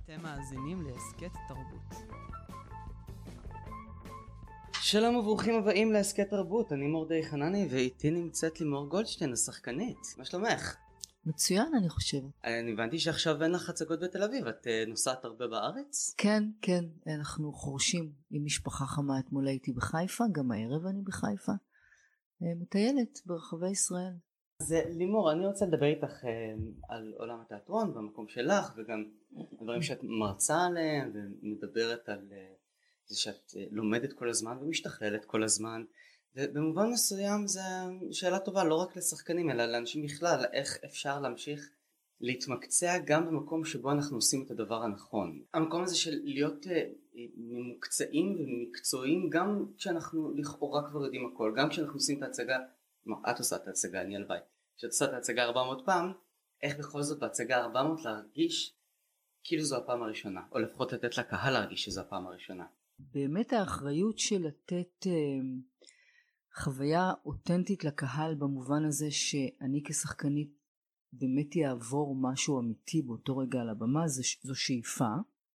אתם מאזינים להסכת תרבות. שלום וברוכים הבאים להסכת תרבות, אני מורדי חנני ואיתי נמצאת לימור גולדשטיין, השחקנית. מה שלומך? מצוין, אני חושבת. אני הבנתי שעכשיו אין לך הצגות בתל אביב, את נוסעת הרבה בארץ? כן, אנחנו חורשים עם משפחה חמה. אתמול הייתי בחיפה, גם הערב אני בחיפה, מטיילת ברחבי ישראל. אז לימור, אני רוצה לדבר איתך על עולם התיאטרון במקום שלך, וגם הדברים שאת מרצה עליהם, ומדברת על זה שאת לומדת כל הזמן ומשתכללת כל הזמן, ובמובן מסוים זו שאלה טובה לא רק לשחקנים אלא לאנשים בכלל, איך אפשר להמשיך להתמקצע גם במקום שבו אנחנו עושים את הדבר הנכון. המקום הזה של להיות ממוקצעים ומקצועיים גם כשאנחנו לכאורה כבר יודעים הכל, גם כשאנחנו עושים את ההצגה, את עושה את ההצגה, אני הלוואי, כשאת עושה את ההצגה 400 פעם, איך בכל זאת בהצגה 400 להרגיש כאילו זו הפעם הראשונה, או לפחות לתת לקהל להרגיש שזו הפעם הראשונה. באמת האחריות של לתת חוויה אותנטית לקהל במובן הזה שאני כשחקנית באמת יעבור משהו אמיתי באותו רגע על הבמה, זו שאיפה.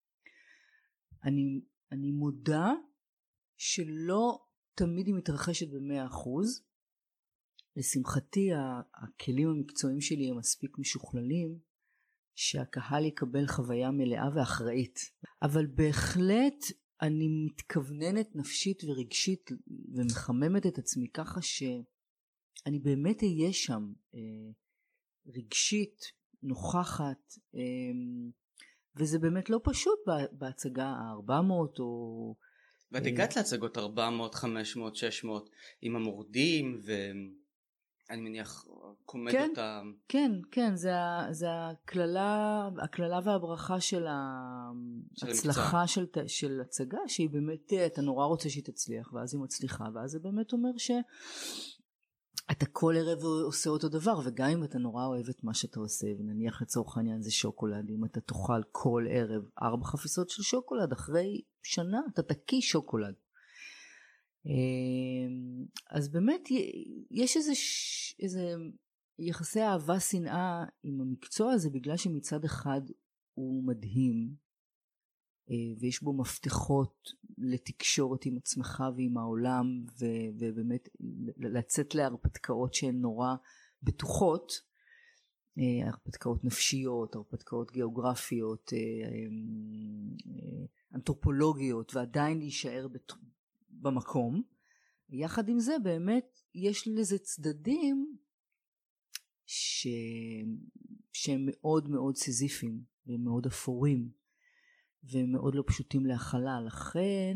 אני מודה שלא תמיד היא מתרחשת ב100%. לשמחתי הכלים המקצועיים שלי הם מספיק משוכללים שהקהל יקבל חוויה מלאה ואחראית. אבל בהחלט אני מתכווננת נפשית ורגשית ומחממת את עצמי ככה שאני באמת אהיה שם רגשית, נוכחת, וזה באמת לא פשוט בהצגה 400 או... ואת הגעת להצגות 400, 500, 600 עם המורדים ואני מניח קומדיות כן, זה הכללה והברכה של ההצלחה של הצגה, שהיא באמת, אתה נורא רוצה שהיא תצליח, ואז היא מצליחה, ואז זה באמת אומר שאתה כל ערב עושה אותו דבר, וגם אם אתה נורא אוהב את מה שאתה עושה, ונניח לצורך העניין זה שוקולד, אם אתה תאכל כל ערב 4 חפיסות של שוקולד, אחרי שנה אתה תקיא שוקולד. אז באמת יש איזה יחסי אהבה שנאה עם המקצוע הזה, בגלל שמצד אחד הוא מדהים ויש בו מפתחות לתקשורת עם עצמך ועם העולם, ובאמת לצאת להרפתקאות שהן נורא בטוחות, הרפתקאות נפשיות, הרפתקאות גיאוגרפיות, אנתרופולוגיות, ועדיין להישאר במקום. יחד עם זה באמת יש לזה צדדים שהם מאוד מאוד סיזיפיים ומאוד אפורים ומאוד לא פשוטים להכלה. לכן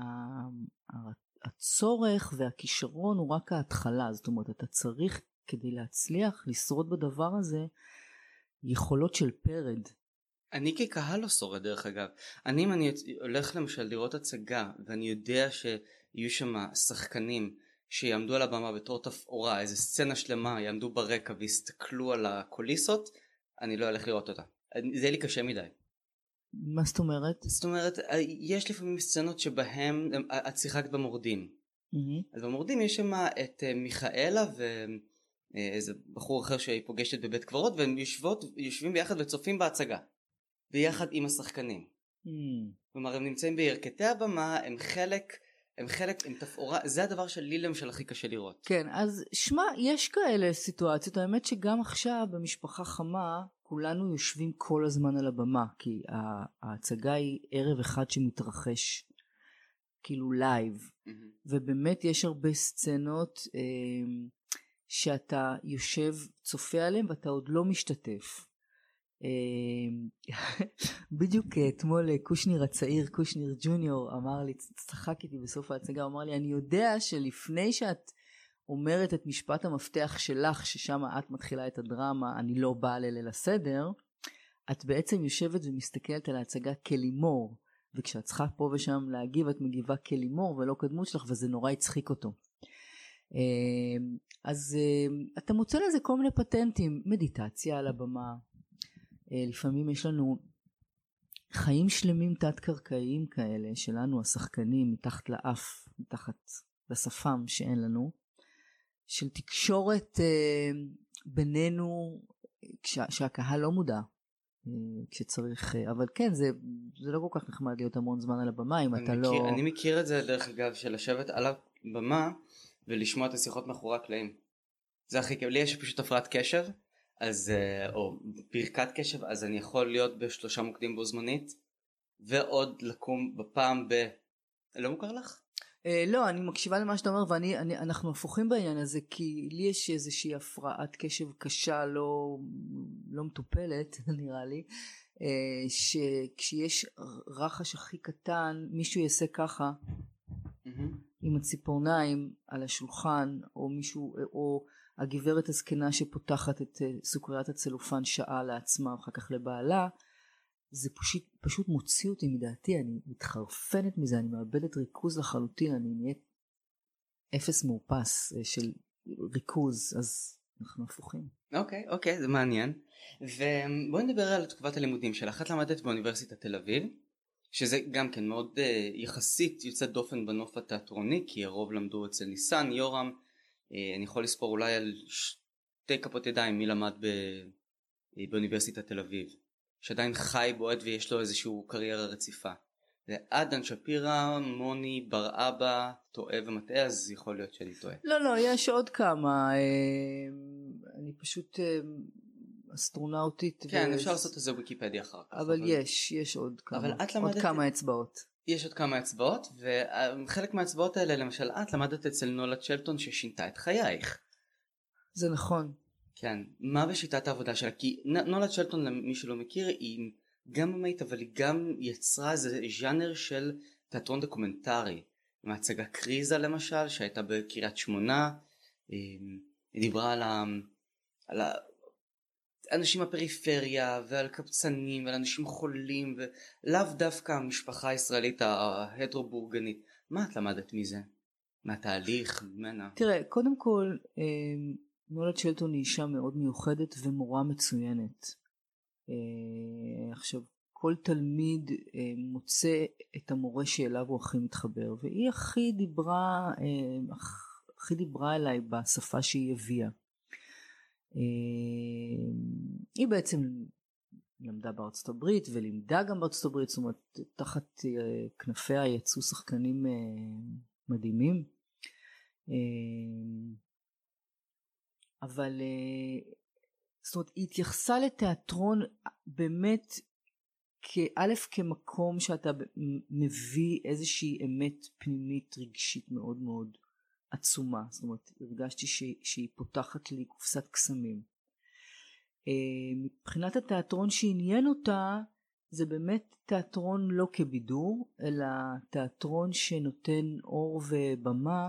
הצורך והכישרון הוא רק ההתחלה. זאת אומרת, אתה צריך כדי להצליח לשרוד בדבר הזה יכולות של פרד. אני כקהל לא שורד דרך אגב. אם אני הולך למשל לראות הצגה ואני יודע שיהיו שם שחקנים שיעמדו על הבמה בתור תפאורה, איזה סצנה שלמה יעמדו ברקע ויסתכלו על הקוליסות, אני לא הולך לראות אותה. זה יהיה לי קשה מדי. מה זאת אומרת? זאת אומרת, יש לפעמים סצנות שבהם את שיחקת במורדים. אז במורדים יש שם את מיכאלה ואיזה בחור אחר שהיא פוגשת בבית קברות, והם יושבים ביחד וצופים בהצגה. ביחד עם השחקנים. כלומר, הם נמצאים בירכתי הבמה, הם חלק, הם תפאורה, זה הדבר שלי למשל הכי קשה לראות. כן, אז שמע, יש כאלה סיטואציות, האמת שגם עכשיו במשפחה חמה, כולנו יושבים כל הזמן על הבמה, כי ההצגה היא ערב אחד שמתרחש, כאילו לייב, ובאמת יש הרבה סצנות שאתה יושב, צופה עליהם, ואתה עוד לא משתתף. בדיוק אתמול קושניר הצעיר, קושניר ג'וניור, אמר לי, צחק איתי בסוף ההצגה, אמר לי, אני יודע שלפני שאת אומרת את משפט המפתח שלך, ששם את מתחילה את הדרמה, אני לא באה לליל הסדר, את בעצם יושבת ומסתכלת על ההצגה כלימור, וכשאת צריכה פה ושם להגיב, את מגיבה כלימור ולא כדמות שלך, וזה נורא יצחיק אותו. אז אתה מוצא לזה כל מיני פטנטים, מדיטציה על הבמה, לפעמים יש לנו חיים שלמים תת-קרקעיים כאלה שלנו השחקנים מתחת לאף, מתחת לשפם שאין לנו, של תקשורת בינינו שהקהל לא מודע, כשצריך, אבל כן, זה לא כל כך נחמד להיות המון זמן על הבמה, אם אתה לא... אני מכיר את זה דרך אגב, של לשבת על הבמה ולשמוע את השיחות מאחורי הקלעים. זה הכי כיף. לי יש פשוט הפרעת קשב, אז, או ברכת קשב, אז אני יכול להיות בשלושה מוקדים בו זמנית, ועוד לקום בפעם לא מוכר לך? לא, אני מקשיבה למה שאתה אומר, ואנחנו הפוכים בעניין הזה, כי לי יש איזושהי הפרעת קשב קשה, לא מטופלת, נראה לי, שכשיש רחש הכי קטן, מישהו יעשה ככה, עם הציפורניים על השולחן, או מישהו, או הגברת הזקנה שפותחת את סוכריית הצלופן שעה לעצמה, אחר כך לבעלה, זה פשוט מוציא אותי מדעתי, אני מתחרפנת מזה, אני מאבדת ריכוז לחלוטין, אני נהיית אפס מאופס של ריכוז, אז אנחנו הפוכים. אוקיי, זה מעניין. ובואי נדבר על תקופת הלימודים שלך. את למדת באוניברסיטת תל אביב, שזה גם כן מאוד יחסית יוצא דופן בנוף התיאטרוני, כי הרוב למדו אצל ניסן, יורם, אני יכול לספור אולי על שתי כפות ידיים מי למד באוניברסיטת תל אביב. שעדיין חי בועט ויש לו איזשהו קריירה רציפה. זה עדן שפירא, מוני, בר אבא, טועה ומטעה, אז יכול להיות שאני טועה. לא, יש עוד כמה. אני פשוט אסטרונאוטית. כן, אפשר לעשות את זה ויקיפדיה אחר כך. אבל יש עוד כמה. עוד כמה אצבעות. יש עוד כמה אצבעות, וחלק מהאצבעות האלה, למשל, את למדת אצל נולד שלטון ששינתה את חייך. זה נכון. כן, מה בשיטת העבודה שלה? כי נולד שלטון, למי שלא מכיר, היא גם במאית, אבל היא גם יצרה איזה ז'אנר של תיאטרון דוקומנטרי. מהצגה קריזה למשל, שהייתה בקריית שמונה, היא דיברה על האנשים בפריפריה, ועל קבצנים, ועל אנשים חולים, ולאו דווקא המשפחה הישראלית ההטרובורגנית. מה את למדת מזה? מהתהליך, ממנה? תראה, קודם כל, נולד שלטון היא אישה מאוד מיוחדת ומורה מצוינת. עכשיו, כל תלמיד מוצא את המורה שאליו הוא הכי מתחבר, והיא הכי דיברה אליי בשפה שהיא הביאה. היא בעצם למדה בארצות הברית ולימדה גם בארצות הברית, זאת אומרת, תחת כנפיה יצאו שחקנים מדהימים. אבל זאת אומרת, היא התייחסה לתיאטרון באמת כמקום שאתה מביא איזושהי אמת פנימית רגשית מאוד מאוד עצומה. זאת אומרת, הרגשתי שהיא פותחת לי קופסת קסמים. מבחינת התיאטרון שעניין אותה, זה באמת תיאטרון לא כבידור, אלא תיאטרון שנותן אור ובמה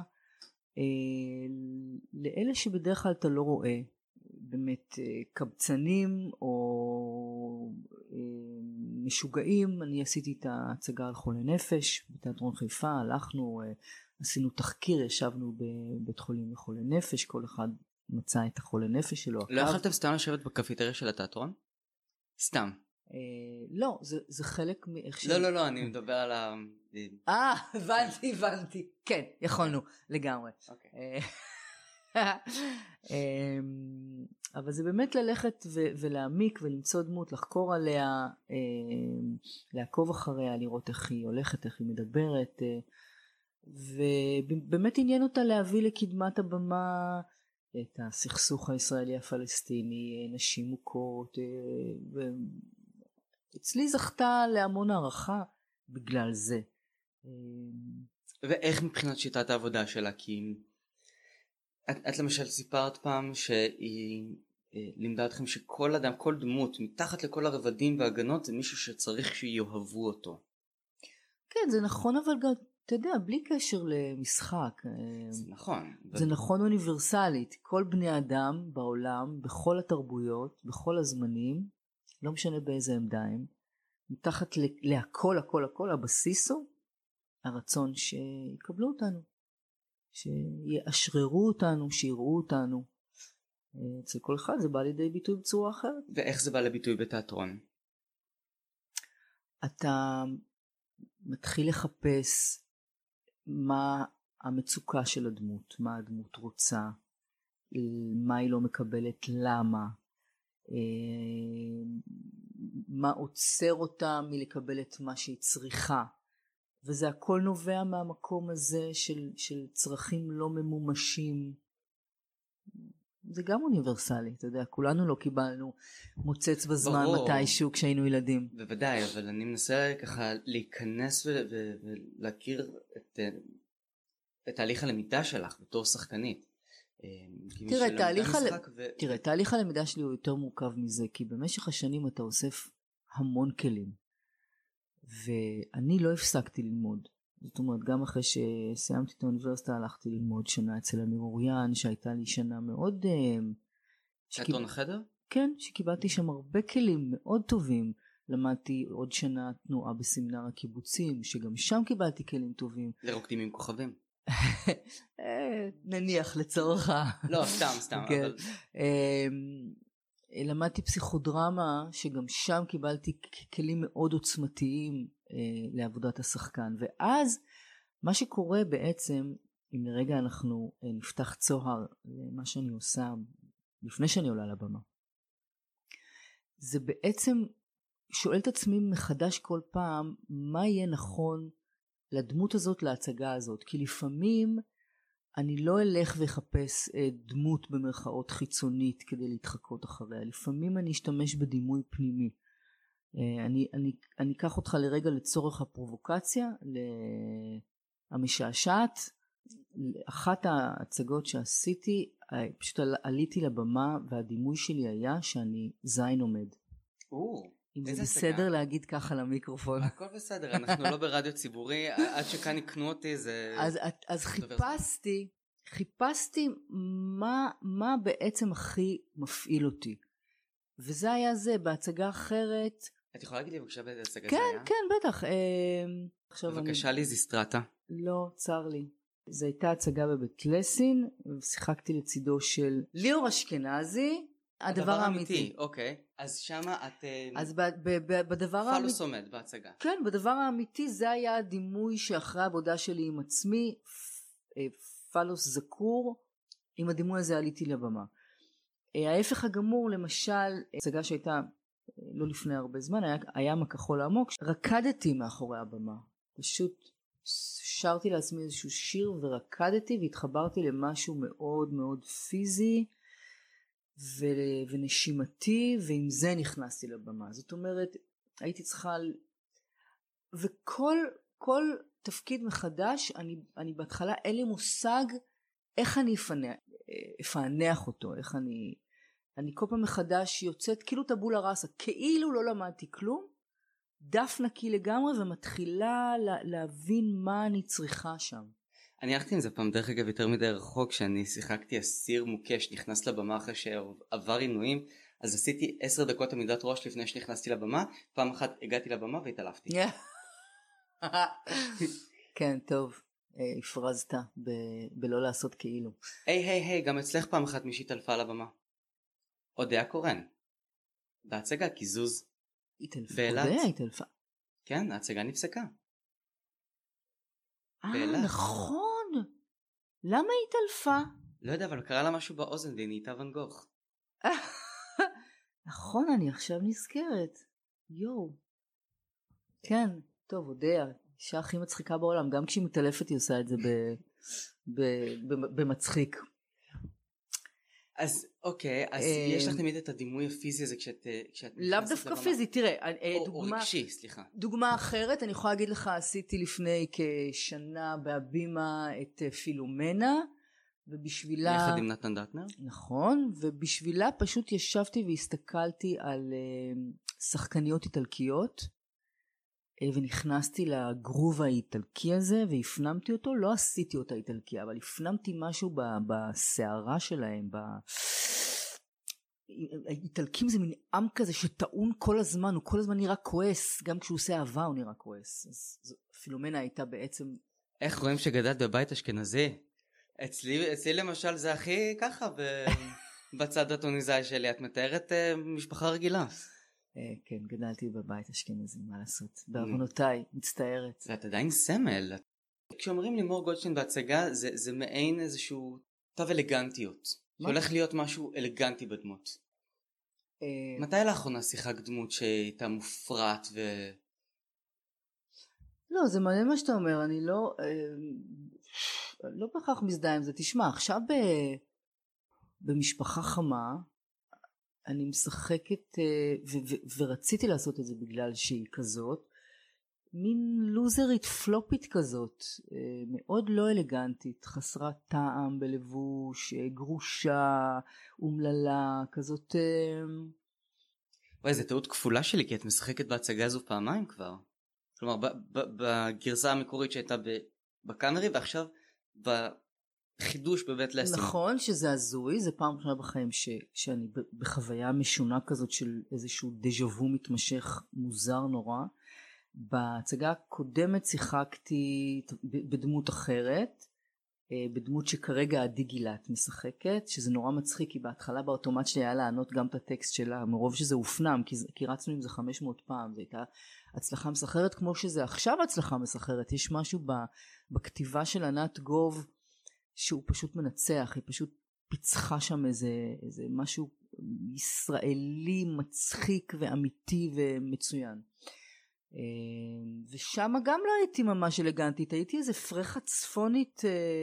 לאלה שבדרך כלל אתה לא רואה, באמת קבצנים או משוגעים. אני עשיתי את ההצגה על חולי נפש בתיאטרון חיפה, הלכנו, עשינו תחקיר, ישבנו בבית חולים לחולי נפש, כל אחד מצא את החולי נפש שלו. לא יכלתם סתם לשבת בקפיטריה של התיאטרון? סתם. לא, זה חלק מאיך ש... לא, אני מדבר על הבנתי. כן, יכולנו, לגמרי. אבל זה באמת ללכת ולהעמיק ולמצוא דמות, לחקור עליה, לעקוב אחריה, לראות איך היא הולכת, איך היא מדברת, ובאמת עניין אותה להביא לקדמת הבמה את הסכסוך הישראלי הפלסטיני, נשים מוכות, אצלי זכתה להמון הערכה בגלל זה. ואיך מבחינת שיטת העבודה שלה? כי את למשל סיפרת פעם שהיא לימדה אתכם שכל אדם, כל דמות, מתחת לכל הרבדים והגנות, זה מישהו שצריך שיאהבו אותו. כן, זה נכון, אבל גם, אתה יודע, בלי קשר למשחק. זה נכון. זה נכון אוניברסלית. כל בני אדם בעולם, בכל התרבויות, בכל הזמנים, לא משנה באיזה עמדה הם, מתחת להכל, הבסיס הוא הרצון שיקבלו אותנו, שיאשררו אותנו, שיראו אותנו. אצל כל אחד זה בא לידי ביטוי בצורה אחרת. ואיך זה בא לביטוי בתיאטרון? אתה מתחיל לחפש מה המצוקה של הדמות, מה הדמות רוצה, מה היא לא מקבלת, למה. מה עוצר אותה מלקבל את מה שהיא צריכה. וזה הכל נובע מהמקום הזה של צרכים לא ממומשים. זה גם אוניברסלי, אתה יודע, כולנו לא קיבלנו מוצץ בזמן מתישהו כשהיינו ילדים. בוודאי, אבל אני מנסה ככה להיכנס ולהכיר את תהליך הלמידה שלך בתור שחקנית. תראה, תהליך הלמידה שלי הוא יותר מורכב מזה, כי במשך השנים אתה אוסף המון כלים, ואני לא הפסקתי ללמוד. זאת אומרת, גם אחרי שסיימתי את האוניברסיטה הלכתי ללמוד שנה אצל אמיר אוריאן, שהייתה לי שנה מאוד... תיאטרון החדר? כן, שקיבלתי שם הרבה כלים מאוד טובים. למדתי עוד שנה תנועה בסמינר הקיבוצים, שגם שם קיבלתי כלים טובים. לרוקדים עם כוכבים? נניח לצורך לא, סתם. אבל... למדתי פסיכודרמה, שגם שם קיבלתי כלים מאוד עוצמתיים לעבודת השחקן. ואז מה שקורה בעצם, אם לרגע אנחנו נפתח צוהר למה שאני עושה לפני שאני עולה לבמה, זה בעצם שואל את עצמי מחדש כל פעם מה יהיה נכון לדמות הזאת, להצגה הזאת. כי לפעמים אני לא אלך ויחפש דמות במרכאות חיצונית כדי להתחקות אחריה. לפעמים אני אשתמש בדימוי פנימי. אני אקח אותך לרגע לצורך הפרובוקציה, המשעשעת. אחת ההצגות שעשיתי, פשוט עליתי לבמה והדימוי שלי היה שאני זין עומד. אם זה בסדר להגיד ככה למיקרופון. הכל בסדר, אנחנו לא ברדיו ציבורי, עד שכאן יקנו אותי זה... אז חיפשתי מה בעצם הכי מפעיל אותי. וזה היה זה, בהצגה אחרת... את יכולה להגיד לי בבקשה באיזה הצגה זה היה? כן, בטח. בבקשה ליזיסטרטה. לא, צר לי. זו הייתה הצגה בבית לסין, ושיחקתי לצידו של ליאור אשכנזי, הדבר האמיתי. אוקיי. אז שמה את... אז בדבר האמיתי... פלוס עומד בהצגה. כן, בדבר האמיתי זה היה הדימוי שאחרי העבודה שלי עם עצמי, פלוס זקור, עם הדימוי הזה עליתי לבמה. ההפך הגמור, למשל, הצגה שהייתה לא לפני הרבה זמן, היה מכחול העמוק, רקדתי מאחורי הבמה. פשוט שרתי לעצמי איזשהו שיר ורקדתי והתחברתי למשהו מאוד מאוד פיזי, ונשימתי, ועם זה נכנסתי לבמה. זאת אומרת, הייתי צריכה, וכל תפקיד מחדש, אני בהתחלה אין לי מושג איך אני אפענח אותו, איך אני כל פעם מחדש יוצאת כאילו טבולה ראסה, כאילו לא למדתי כלום, דף נקי לגמרי, ומתחילה להבין מה אני צריכה שם. אני הלכתי עם זה פעם דרך אגב יותר מדי רחוק, כשאני שיחקתי אסיר מוקש, נכנס לבמה אחרי שעבר עינויים, אז עשיתי 10 דקות עמידת ראש לפני שנכנסתי לבמה, פעם אחת הגעתי לבמה והתעלפתי. כן, טוב, הפרזת בלא לעשות כאילו. היי, גם אצלך פעם אחת מישהי התעלפה לבמה. אודיה קורן. בהצגה קיזוז. אודיה התעלפה. כן, ההצגה נפסקה. נכון. למה היא התעלפה? לא יודע, אבל קרה לה משהו באוזן והיא נהייתה ואן גוך. נכון, אני עכשיו נזכרת. יואו. כן, טוב, אודיה, אישה הכי מצחיקה בעולם. גם כשהיא מתעלפת היא עושה את זה במצחיק. אז אוקיי, אז יש לך תמיד את הדימוי הפיזי הזה כשאת לאו דווקא פיזי, תראה, או רגשי, סליחה. דוגמה אחרת, אני יכולה להגיד לך, עשיתי לפני כשנה בהבימה את פילומנה, ובשבילה... יחד עם נתן דטנר? נכון, ובשבילה פשוט ישבתי והסתכלתי על שחקניות איטלקיות, ונכנסתי לגרוב האיטלקי הזה והפנמתי אותו. לא עשיתי אותה איטלקיה, אבל הפנמתי משהו בשערה שלהם. איטלקים זה מין עם כזה שטעון כל הזמן, הוא כל הזמן נראה כועס, גם כשהוא עושה אהבה הוא נראה כועס. אז פילומנה הייתה בעצם... איך רואים שגדלת בבית אשכנזי? אצלי למשל זה הכי ככה בצד הטוניסאי שלי. את מתארת משפחה רגילה. כן, גדלתי בבית אשכנזי, מה לעשות? בעוונותיי, מצטערת. ואת עדיין סמל. כשאומרים לימור גולדשטיין בהצגה, זה מעין איזשהו תו אלגנטיות. שהולך להיות משהו אלגנטי בדמות. מתי לאחרונה שיחקת דמות שהייתה מופרעת לא, זה מעניין מה שאתה אומר, אני לא בהכרח מזדהה עם זה. תשמע, עכשיו במשפחה חמה, אני משחקת, ורציתי לעשות את זה בגלל שהיא כזאת, מין לוזרית פלופית כזאת, מאוד לא אלגנטית, חסרת טעם בלבוש, גרושה, אומללה, כזאת. וואי, זו טעות כפולה שלי, כי את משחקת בהצגה הזו פעמיים כבר. כלומר, בגרסה המקורית שהייתה בקאמרי, ועכשיו בחידוש בבית לסין. נכון שזה הזוי, זה פעם ראשונה בחיים שאני בחוויה משונה כזאת של איזשהו דז'ה-וו מתמשך מוזר נורא. בהצגה הקודמת שיחקתי בדמות אחרת, בדמות שכרגע עדי גילת משחקת, שזה נורא מצחיק, כי בהתחלה באוטומט שלי היה לענות גם את הטקסט שלה, מרוב שזה הופנם, כי רצנו עם זה 500 פעם, זה הייתה הצלחה מסחררת כמו שזה עכשיו הצלחה מסחררת. יש משהו בכתיבה של ענת גוב שהוא פשוט מנצח, היא פשוט פיצחה שם איזה משהו ישראלי מצחיק ואמיתי ומצוין. ושם גם לא הייתי ממש אלגנטית, הייתי איזה פרחה צפונית,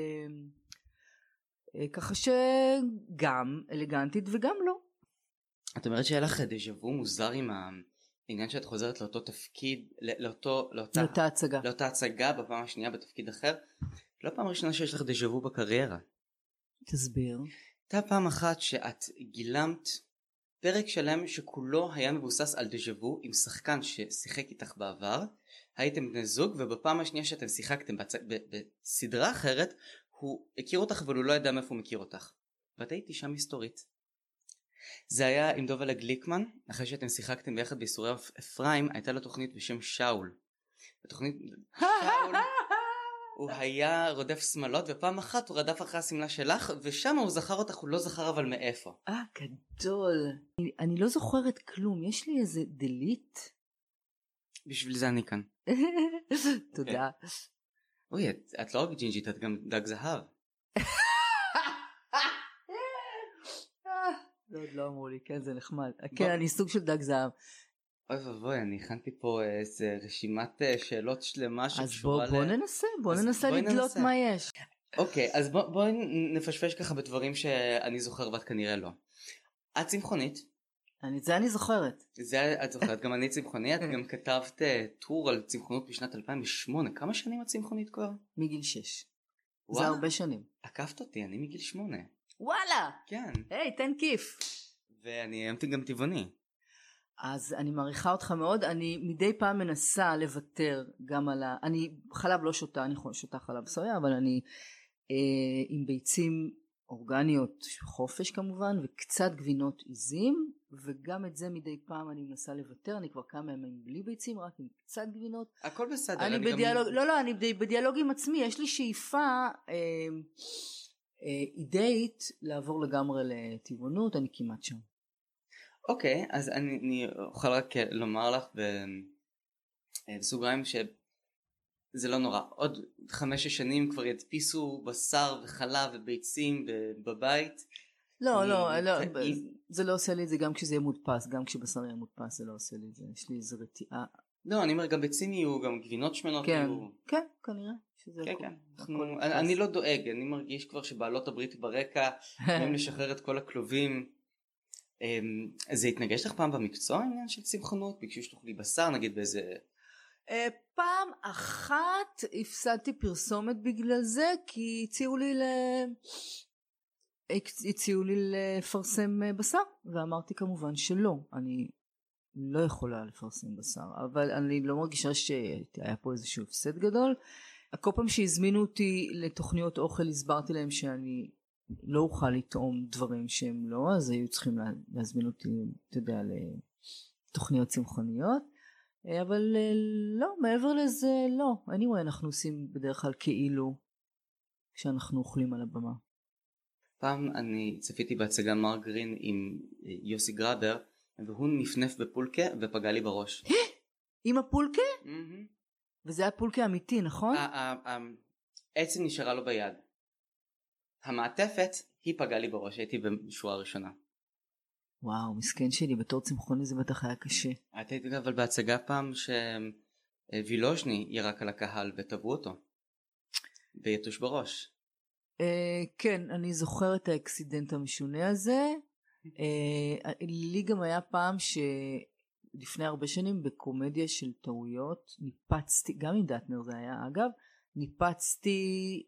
ככה שגם אלגנטית וגם לא. את אומרת שהיה לך דז'ה-וו מוזר עם העניין שאת חוזרת לאותו תפקיד, לאותה הצגה בפעם השנייה בתפקיד אחר. לא פעם ראשונה שיש לך דז'ה-וו בקריירה. תסביר. הייתה פעם אחת שאת גילמת פרק שלם שכולו היה מבוסס על דז'ה-וו עם שחקן ששיחק איתך בעבר, הייתם בני זוג, ובפעם השנייה שאתם שיחקתם בסדרה אחרת, הוא הכיר אותך אבל הוא לא ידע מאיפה הוא מכיר אותך. ואת היית אישה מסתורית. זה היה עם דובלה גליקמן, אחרי שאתם שיחקתם ביחד בייסורי אפרים, הייתה לו תוכנית בשם שאול. בתוכנית שאול הוא היה רודף שמלות, ופעם אחת הוא רדף אחרי הסמלה שלך, ושם הוא זכר אותך, הוא לא זכר אבל מאיפה. גדול. אני לא זוכרת כלום, יש לי איזה דליט. בשביל זה אני כאן. תודה. אוי, את לא רק ג'ינג'ית, את גם דג זהב. לא אמרו לי, כן, זה נחמד. כן, אני סוג של דג זהב. אוי ובואי, אני הכנתי פה איזה רשימת שאלות שלמה שקשורה אז בוא ננסה לדלות מה יש. אוקיי, אז בואי נפשפש ככה בדברים שאני זוכר ואת כנראה לא. את צמחונית. זה אני זוכרת. זה את זוכרת, גם אני צמחוני, את גם כתבת טור על צמחונות בשנת 2008. כמה שנים את צמחונית כבר? מגיל 6. זה הרבה שנים. עקפת אותי, אני מגיל 8. וואלה. כן. היי, תן כיף. ואני הייתי גם טבעוני. אז אני מעריכה אותך מאוד, אני מדי פעם מנסה לוותר גם על אני חלב לא שותה, אני שותה חלב סויה, אבל אני עם ביצים אורגניות חופש כמובן, וקצת גבינות עיזים, וגם את זה מדי פעם אני מנסה לוותר, אני כבר כמה ימים בלי ביצים, רק עם קצת גבינות. הכל בסדר. אני בדיאלוג, לא, אני בדיאלוג עם עצמי, יש לי שאיפה אידאית לעבור לגמרי לטבעונות, אני כמעט שם. אוקיי, אז אני אוכל רק לומר לך בסוגריים שזה לא נורא. עוד 5 שנים כבר ידפיסו בשר וחלב וביצים בבית. לא, זה לא עושה לי את זה גם כשזה יהיה מודפס, גם כשבשר יהיה מודפס זה לא עושה לי את זה, יש לי איזו רתיעה. לא, אני אומר גם ביצים יהיו, גם גבינות שמנות יהיו. כן, כנראה. כן. אני לא דואג, אני מרגיש כבר שבעלות הברית ברקע, הם לשחרר את כל הכלובים. זה התנגש לך פעם במקצוע העניין של צמחונות? ביקשו שתאכלי בשר נגיד באיזה... פעם אחת הפסדתי פרסומת בגלל זה, כי הציעו לי לפרסם בשר, ואמרתי כמובן שלא, אני לא יכולה לפרסם בשר, אבל אני לא מרגישה שהיה פה איזשהו הפסד גדול. כל פעם שהזמינו אותי לתוכניות אוכל הסברתי להם שאני לא אוכל לטעום דברים שהם לא, אז היו צריכים להזמין אותי, אתה יודע, לתוכניות צמחוניות, אבל לא, מעבר לזה לא. anyway, אנחנו עושים בדרך כלל כאילו כשאנחנו אוכלים על הבמה. פעם אני צפיתי בהצגה מר גרין עם יוסי גראבר, והוא נפנף בפולקה ופגע לי בראש. עם הפולקה? וזה היה פולקה אמיתי, נכון? העצם נשארה לו ביד. המעטפת היא פגעה לי בראש, הייתי בשורה הראשונה. וואו, מסכן שלי, בתור צמחוני זה בטח היה קשה. את היית אבל בהצגה פעם שווילוז'ני ירק על הקהל וטבעו אותו. ויתוש בראש. כן, אני זוכר את האקסידנט המשונה הזה. לי גם היה פעם שלפני הרבה שנים בקומדיה של טעויות ניפצתי, גם עם דטנר זה היה אגב, ניפצתי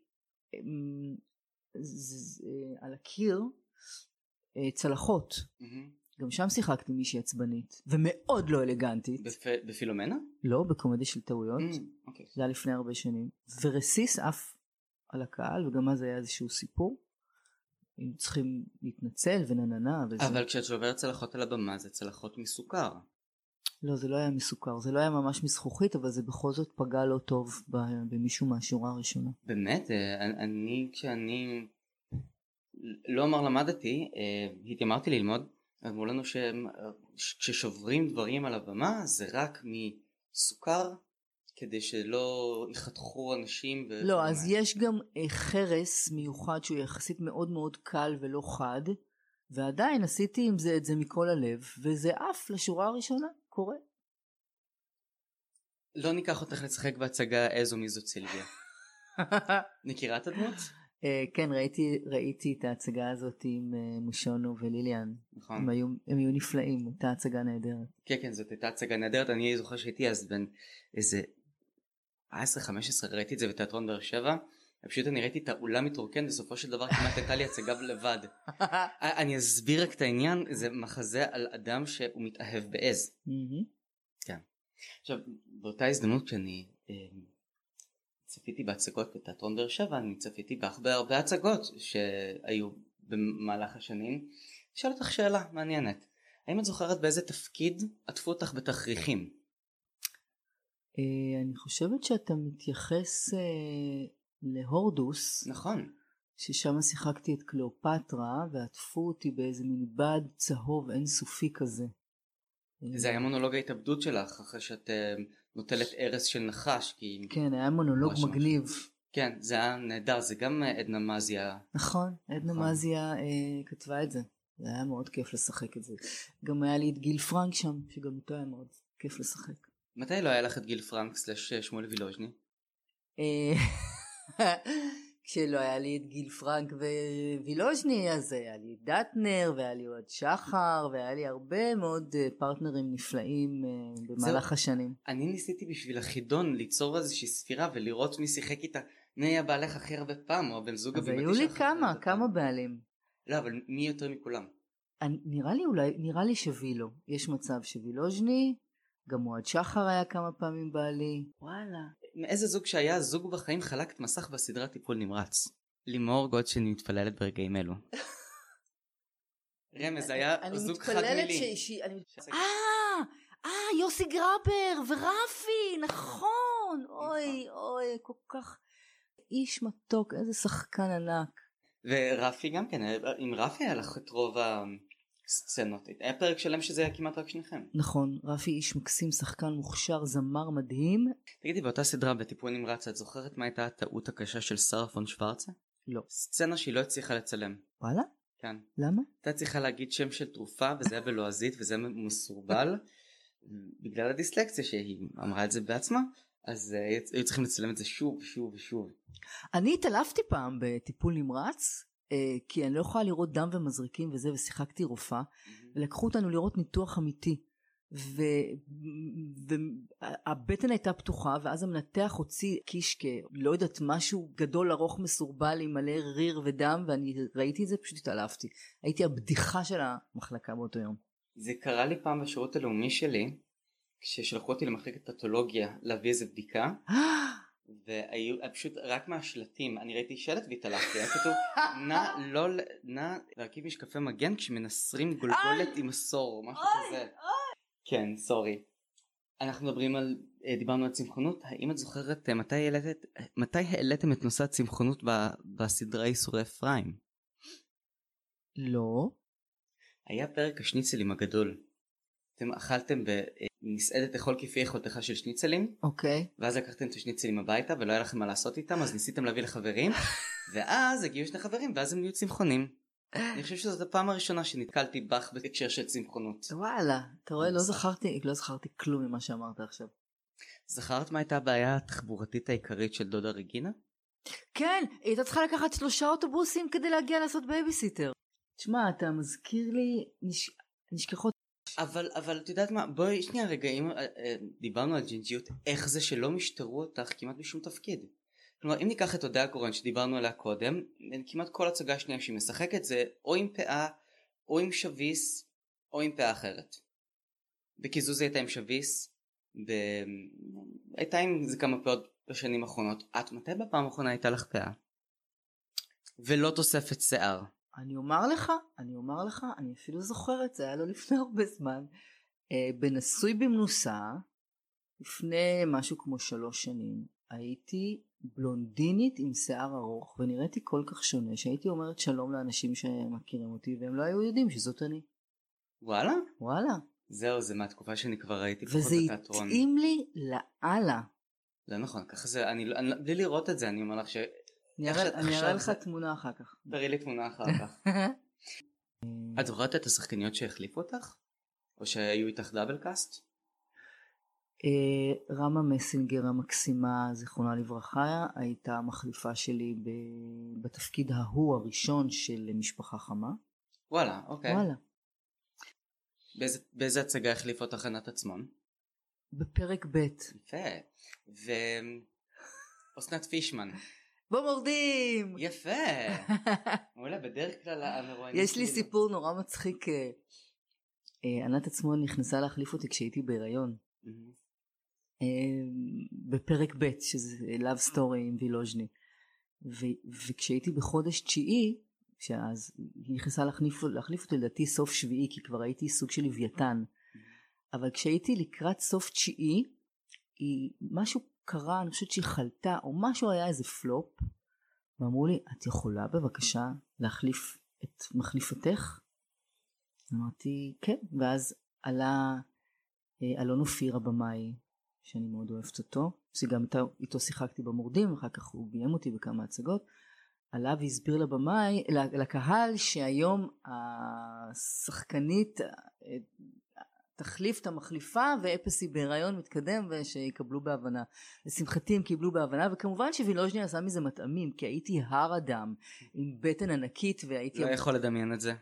על הקיר צלחות. גם שם שיחקתי מישהי עצבנית ומאוד לא אלגנטית. בפילומנה? לא, בקומדיה של טעויות. אוקיי. זה היה לפני הרבה שנים. ורסיס אף על הקהל, וגם אז היה איזשהו סיפור. הם צריכים להתנצל ונננה. אבל כשאת שוברת צלחות על הבמה זה צלחות מסוכר. לא, זה לא היה מסוכר. זה לא היה ממש מזכוכית, אבל זה בכל זאת פגע לא טוב במישהו מהשורה הראשונה. באמת? כשאני לא אמר למדתי, התיימרתי ללמוד, אמרו לנו שכששוברים דברים על הבמה זה רק מסוכר, כדי שלא יחתכו אנשים. לא, אז יש גם חרס מיוחד שהוא יחסית מאוד מאוד קל ולא חד, ועדיין עשיתי עם זה את זה מכל הלב, וזה אף לשורה הראשונה קורה. לא ניקח אותך לשחק בהצגה איזו מי זאת סילביה. מכירה את הדמות? כן, ראיתי את ההצגה הזאת עם מושונו וליליאן. נכון. הם היו נפלאים, הייתה הצגה נהדרת. כן, כן, זאת הייתה הצגה נהדרת. אני זוכר שהייתי אז בין איזה 10-15, ראיתי את זה בתיאטרון באר שבע. פשוט אני ראיתי את האולם מתרוקן, בסופו של דבר כמעט הייתה לי הצגה לבד. אני אסביר רק את העניין, זה מחזה על אדם שהוא מתאהב בעז. כן. עכשיו, באותה הזדמנות שאני צפיתי בהצגות בתיאטרון באר שבע, אני צפיתי בהרבה הצגות שהיו במהלך השנים. אשאל אותך שאלה מעניינת. האם את זוכרת באיזה תפקיד עטפו אותך בתכריכים? אני חושבת שאתה מתייחס להורדוס. נכון. ששם שיחקתי את קליאופטרה ועטפו אותי באיזה מין בד צהוב אינסופי כזה. זה היה מונולוג ההתאבדות שלך אחרי שאת נוטלת ארס של נחש. כן, היה מונולוג מגניב. כן, זה היה נהדר, זה גם עדנה מזיה. נכון, עדנה מזיה כתבה את זה. זה היה מאוד כיף לשחק את זה. גם היה לי את גיל פרנק שם, שגם איתו היה מאוד כיף לשחק. מתי לא היה לך את גיל פרנק / שמואל וילוז'ני? כשלא היה לי את גיל פרנק ווילוז'ני, אז היה לי דטנר והיה לי עוד שחר והיה לי הרבה מאוד פרטנרים נפלאים במהלך השנים. אני ניסיתי בשביל החידון ליצור איזושהי ספירה ולראות מי שיחק איתה, מי היה בעלך הכי הרבה פעם או הבן זוג הבימתי שלך. אז היו לי כמה בעלים. לא, אבל מי יותר מכולם? נראה לי שווילו. יש מצב שווילוז'ני, גם עוד שחר היה כמה פעמים בעלי. וואלה. מאיזה זוג שהיה זוג בחיים חלקת מסך בסדרת טיפול נמרץ? לימור גולדשטיין מתפללת ברגעים אלו. רמז, היה זוג חד מילי. יוסי גרבר ורפי, נכון. אוי, כל כך איש מתוק, איזה שחקן ענק. ורפי גם כן, עם רפי היה לך את רוב הסצנות. היה פרק שלם שזה היה כמעט רק שניכם. נכון, רפי איש מקסים, שחקן מוכשר, זמר מדהים. תגידי, באותה סדרה בטיפול נמרץ, את זוכרת מה הייתה הטעות הקשה של שרה פון שוורצה? לא. סצנה שהיא לא הצליחה לצלם. וואלה? כן. למה? הייתה צריכה להגיד שם של תרופה, וזה היה בלועזית, וזה מסורבל. בגלל הדיסלקציה שהיא אמרה את זה בעצמה, אז היו צריכים לצלם את זה שוב ושוב ושוב. אני התעלפתי פעם בטיפול נמרץ, כי אני לא יכולה לראות דם ומזריקים וזה, ושיחקתי רופאה, ולקחו אותנו לראות ניתוח אמיתי, והבטן הייתה פתוחה, ואז המנתח הוציא קיש לא יודעת, משהו גדול ארוך מסורבל עם מלא ריר ודם, ואני ראיתי את זה, פשוט התעלפתי. הייתי הבדיחה של המחלקה באותו יום. זה קרה לי פעם בשירות הלאומי שלי, כששלחו אותי למחלקת פתולוגיה להביא איזה בדיקה, והיו פשוט רק מהשלטים, אני ראיתי שלט והתעלפתי, היה כתוב נא להרכיב משקפי מגן כשמנסרים גולגולת עם מסור, משהו כזה. כן, סורי. אנחנו דיברנו על צמחונות, האם את זוכרת מתי העליתם את נושא הצמחונות בסדרה ייסורי אפרים? לא. היה פרק השניצלים הגדול. אתם אכלתם במסעדת אכול כפי יכולתך של שניצלים. אוקיי. ואז לקחתם את השניצלים הביתה ולא היה לכם מה לעשות איתם, אז ניסיתם להביא לחברים, ואז הגיעו שני חברים ואז הם נהיו צמחונים. אני חושב שזאת הפעם הראשונה שנתקלתי בך בהקשר של צמחונות. וואלה, אתה רואה, לא זכרתי כלום ממה שאמרת עכשיו. זכרת מה הייתה הבעיה התחבורתית העיקרית של דודה רגינה? כן, היא הייתה צריכה לקחת 3 אוטובוסים כדי להגיע לעשות בייביסיטר. תשמע, אתה מזכיר לי נשכחות. אבל את יודעת מה, בואי שנייה רגע, אם דיברנו על ג'ינג'יות, איך זה שלא משתרו אותך כמעט בשום תפקיד? כלומר, אם ניקח את אודיה קורן שדיברנו עליה קודם, כמעט כל הצגה השנייה שהיא משחקת זה או עם פאה, או עם שוויס, או עם פאה אחרת. בקיזוז הייתה עם שוויס, הייתה עם זה כמה פאות בשנים האחרונות. את מתי בפעם האחרונה הייתה לך פאה? ולא תוספת שיער. אני אומר לך, אני אפילו זוכרת, זה היה לא לפני הרבה זמן, בנשוי במנוסה, לפני משהו כמו 3 שנים, הייתי בלונדינית עם שיער ארוך, ונראיתי כל כך שונה, שהייתי אומרת שלום לאנשים שמכירים אותי, והם לא היו יודעים שזאת אני. וואלה? וואלה. זהו, זה מהתקופה שאני כבר ראיתי פחות בתיאטרון. וזה התאים לי לאללה. זה נכון, ככה זה, בלי לראות את זה, אני אומר לך ש... אני אראה לך תמונה אחר כך. תראי לי תמונה אחר כך. את זוכרת את השחקניות שהחליפו אותך? או שהיו איתך דאבל קאסט? רמה מסינגר המקסימה, זיכרונה לברכה, הייתה המחליפה שלי בתפקיד ההוא הראשון של משפחה חמה. וואלה, אוקיי. וואלה. באיזה הצגה החליפה אותך ענת עצמון? בפרק ב'. יפה. ואוסנת פישמן. במורדים! יפה. מעולה, בדרך כלל המרואיינים... יש לי סיפור נורא מצחיק. ענת עצמון נכנסה להחליף אותי כשהייתי בהיריון. בפרק ב' שזה Love Story עם וילוז'ני. וכשהייתי בחודש 9, שאז היא נכנסה להחליף אותי לדעתי סוף 7, כי כבר הייתי סוג של לוויתן. אבל כשהייתי לקראת סוף 9, משהו קרה, אני חושבת שהיא חלתה, או משהו היה איזה פלופ, ואמרו לי, את יכולה בבקשה להחליף את מחליפתך? אמרתי, כן, ואז עלה אלון אופיר הבמאי, שאני מאוד אוהבת אותו, שגם איתו שיחקתי במורדים, אחר כך הוא ביים אותי בכמה הצגות, עלה והסביר לבמאי, לקהל, שהיום השחקנית תחליף את המחליפה, ואפסי בהיריון מתקדם, ושיקבלו בהבנה. לשמחתי הם קיבלו בהבנה, וכמובן שווילוז'ני עשה מזה מטעמים, כי הייתי הר אדם, עם בטן ענקית, והייתי... לא יכול לדמיין את זה.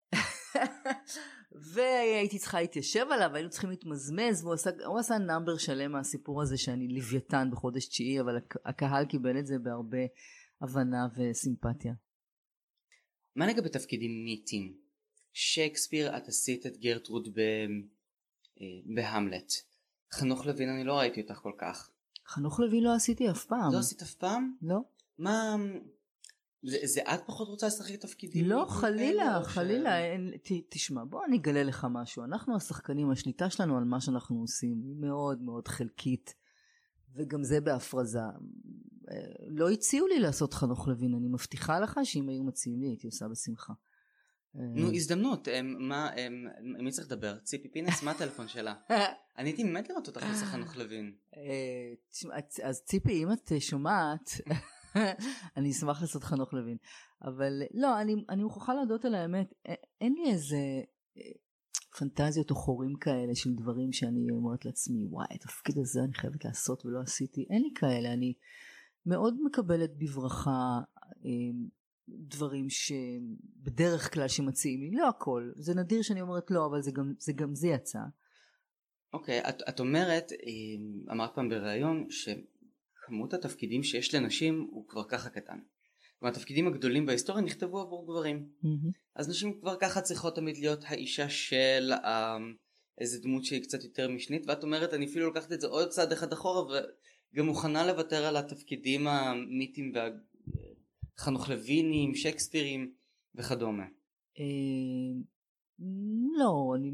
והייתי צריכה להתיישב עליו, והיינו צריכים להתמזמז, והוא עשה נאמבר שלם מהסיפור הזה, שאני לוויתן בחודש 9, אבל הקהל קיבל את זה בהרבה הבנה וסימפתיה. מה לגבי תפקידים מיתיים? שייקספיר, את עשית את גרטרוד בהמלט. חנוך לוין, אני לא ראיתי אותך כל כך. חנוך לוין לא עשיתי אף פעם. לא עשית אף פעם? לא. מה... זה את פחות רוצה לשחק תפקידים? לא, חלילה. תשמע, בוא אני אגלה לך משהו. אנחנו השחקנים, השליטה שלנו על מה שאנחנו עושים היא מאוד מאוד חלקית, וגם זה בהפרזה. לא הציעו לי לעשות חנוך לוין, אני מבטיחה לך שאם היו מציעים לי הייתי עושה בשמחה. נו, הזדמנות. מי צריך לדבר? ציפי פינס, מה הטלפון שלה? אני הייתי באמת לראות אותך לעשות חנוך לוין. אז ציפי, אם את שומעת, אני אשמח לעשות חנוך לוין. אבל לא, אני מוכרחה להודות על האמת, אין לי איזה פנטזיות או חורים כאלה של דברים שאני אומרת לעצמי, וואי, את התפקיד הזה אני חייבת לעשות ולא עשיתי. אין לי כאלה, אני מאוד מקבלת בברכה דברים שבדרך כלל שמציעים לי, לא הכל, זה נדיר שאני אומרת לא, אבל זה יצא. אוקיי, את אומרת, אמרת פעם בראיון, שכמות התפקידים שיש לנשים הוא כבר ככה קטן. כלומר, התפקידים הגדולים בהיסטוריה נכתבו עבור גברים. אז נשים כבר ככה צריכות תמיד להיות האישה של איזה דמות שהיא קצת יותר משנית, ואת אומרת, אני אפילו לוקחת את זה עוד צעד אחד אחורה, וגם מוכנה לוותר על התפקידים המיתיים חנוך לוינים, שייקספירים וכדומה. לא, אני